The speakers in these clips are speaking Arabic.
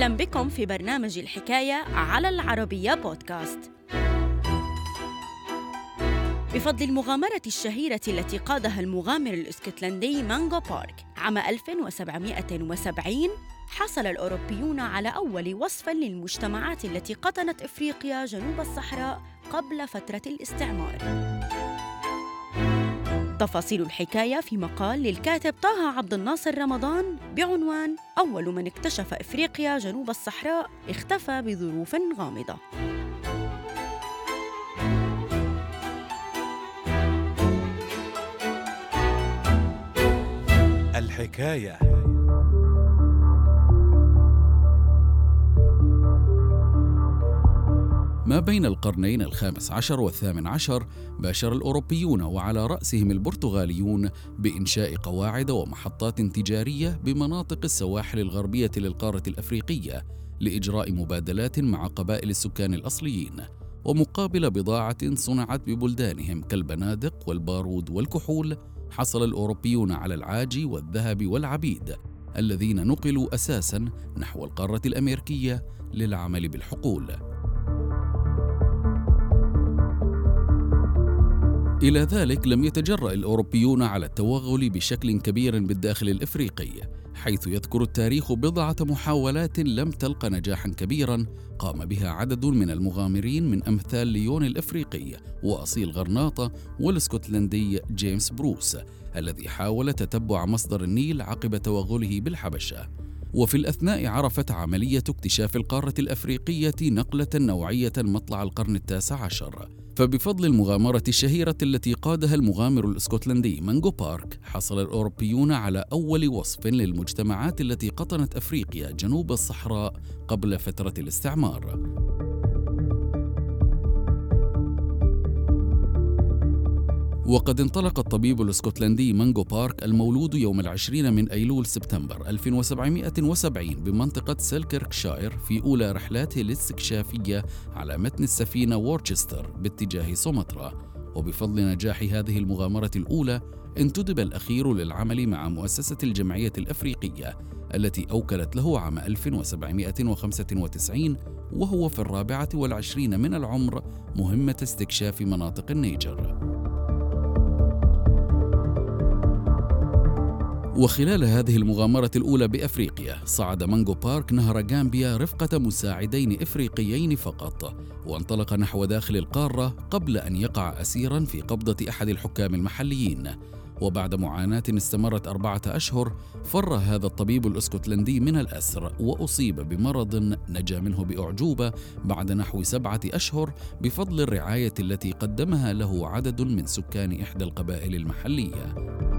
أهلاً بكم في برنامج الحكاية على العربية بودكاست. بفضل المغامرة الشهيرة التي قادها المغامر الاسكتلندي مانجو بارك عام 1770، حصل الأوروبيون على أول وصف للمجتمعات التي قطنت إفريقيا جنوب الصحراء قبل فترة الاستعمار. تفاصيل الحكاية في مقال للكاتب طه عبد الناصر رمضان بعنوان أول من اكتشف إفريقيا جنوب الصحراء اختفى بظروف غامضة. الحكاية. ما بين القرنين ال15 وال18 باشر الأوروبيون وعلى رأسهم البرتغاليون بإنشاء قواعد ومحطات تجارية بمناطق السواحل الغربية للقارة الأفريقية لإجراء مبادلات مع قبائل السكان الأصليين، ومقابل بضاعة صنعت ببلدانهم كالبنادق والبارود والكحول، حصل الأوروبيون على العاج والذهب والعبيد الذين نقلوا أساساً نحو القارة الأمريكية للعمل بالحقول. إلى ذلك لم يتجرأ الأوروبيون على التوغل بشكل كبير بالداخل الإفريقي، حيث يذكر التاريخ بضعة محاولات لم تلق نجاحا كبيرا قام بها عدد من المغامرين من أمثال ليون الإفريقي وأصيل غرناطة والاسكتلندي جيمس بروس الذي حاول تتبع مصدر النيل عقب توغله بالحبشة. وفي الأثناء عرفت عملية اكتشاف القارة الأفريقية نقلة نوعية مطلع القرن ال19، فبفضل المغامرة الشهيرة التي قادها المغامر الاسكتلندي مانجو بارك، حصل الأوروبيون على أول وصف للمجتمعات التي قطنت أفريقيا جنوب الصحراء قبل فترة الاستعمار. وقد انطلق الطبيب الاسكتلندي مانجو بارك المولود يوم 20 من أيلول سبتمبر 1770 بمنطقة سيلكيركشاير في أولى رحلاته الاستكشافية على متن السفينة وورتشستر باتجاه سومطرة. وبفضل نجاح هذه المغامرة الأولى انتدب الأخير للعمل مع مؤسسة الجمعية الأفريقية التي أوكلت له عام 1795 وهو في 24 من العمر مهمة استكشاف مناطق النيجر. وخلال هذه المغامرة الأولى بأفريقيا صعد مانجو بارك نهر غامبيا رفقة مساعدين إفريقيين فقط، وانطلق نحو داخل القارة قبل أن يقع أسيراً في قبضة أحد الحكام المحليين. وبعد معاناة استمرت 4 أشهر فر هذا الطبيب الاسكتلندي من الأسر وأصيب بمرض نجا منه بأعجوبة بعد نحو 7 أشهر بفضل الرعاية التي قدمها له عدد من سكان إحدى القبائل المحلية.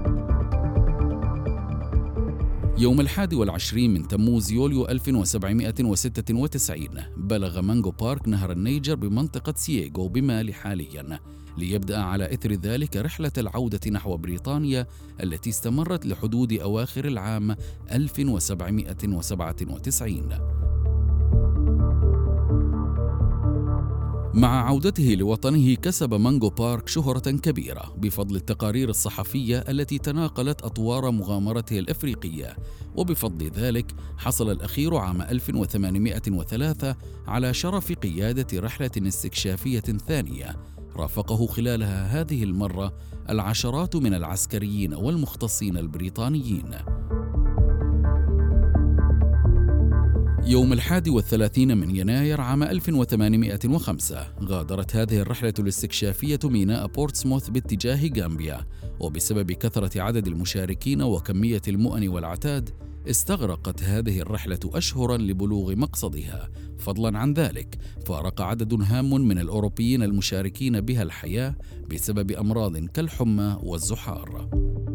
يوم 21 من تموز يوليو 1796 بلغ مانجو بارك نهر النيجر بمنطقة سييغو بمالي حالياً، ليبدأ على إثر ذلك رحلة العودة نحو بريطانيا التي استمرت لحدود أواخر العام 1797. مع عودته لوطنه كسب مانجو بارك شهرة كبيرة بفضل التقارير الصحفية التي تناقلت أطوار مغامرته الأفريقية، وبفضل ذلك حصل الأخير عام 1803 على شرف قيادة رحلة استكشافية ثانية رافقه خلالها هذه المرة العشرات من العسكريين والمختصين البريطانيين. يوم 31 من يناير عام 1805 غادرت هذه الرحلة الاستكشافية ميناء بورتسموث باتجاه غامبيا، وبسبب كثرة عدد المشاركين وكمية المؤن والعتاد استغرقت هذه الرحلة أشهراً لبلوغ مقصدها. فضلاً عن ذلك فارق عدد هام من الأوروبيين المشاركين بها الحياة بسبب أمراض كالحمى والزحار.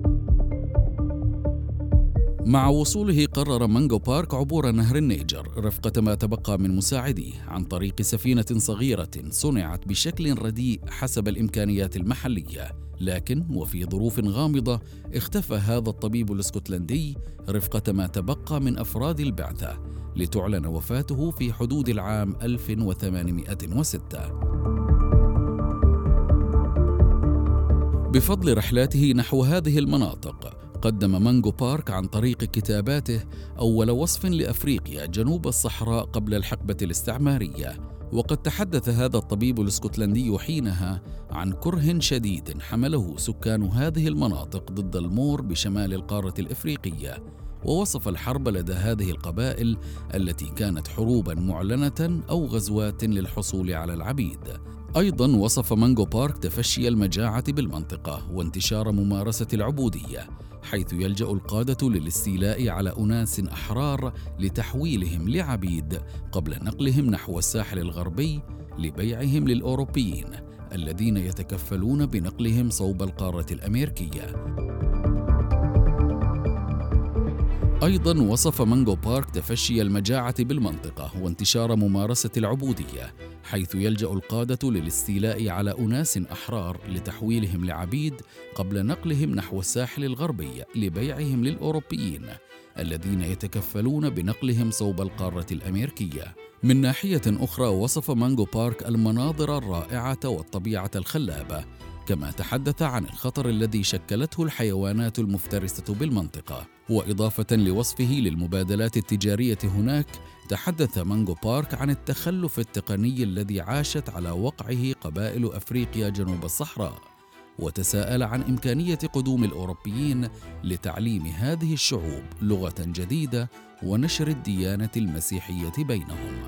مع وصوله قرر مانجو بارك عبور نهر النيجر رفقة ما تبقى من مساعديه عن طريق سفينة صغيرة صنعت بشكل رديء حسب الإمكانيات المحلية، لكن وفي ظروف غامضة اختفى هذا الطبيب الاسكتلندي رفقة ما تبقى من أفراد البعثة، لتعلن وفاته في حدود العام 1806. بفضل رحلاته نحو هذه المناطق قدم مانجو بارك عن طريق كتاباته أول وصف لأفريقيا جنوب الصحراء قبل الحقبة الاستعمارية. وقد تحدث هذا الطبيب الاسكتلندي حينها عن كره شديد حمله سكان هذه المناطق ضد المور بشمال القارة الإفريقية، ووصف الحرب لدى هذه القبائل التي كانت حروبا معلنة أو غزوات للحصول على العبيد. أيضا وصف مانجو بارك تفشي المجاعة بالمنطقة وانتشار ممارسة العبودية، حيث يلجأ القادة للاستيلاء على أناس أحرار لتحويلهم لعبيد قبل نقلهم نحو الساحل الغربي لبيعهم للأوروبيين الذين يتكفلون بنقلهم صوب القارة الأمريكية. أيضا وصف مانجو بارك تفشي المجاعة بالمنطقة وانتشار ممارسة العبودية، حيث يلجأ القادة للاستيلاء على أناس أحرار لتحويلهم لعبيد قبل نقلهم نحو الساحل الغربي لبيعهم للأوروبيين الذين يتكفلون بنقلهم صوب القارة الأمريكية. من ناحية أخرى وصف مانجو بارك المناظر الرائعة والطبيعة الخلابة، كما تحدث عن الخطر الذي شكلته الحيوانات المفترسة بالمنطقة. وإضافة لوصفه للمبادلات التجارية هناك، تحدث مانجو بارك عن التخلف التقني الذي عاشت على وقعه قبائل أفريقيا جنوب الصحراء، وتساءل عن إمكانية قدوم الأوروبيين لتعليم هذه الشعوب لغة جديدة ونشر الديانة المسيحية بينهم.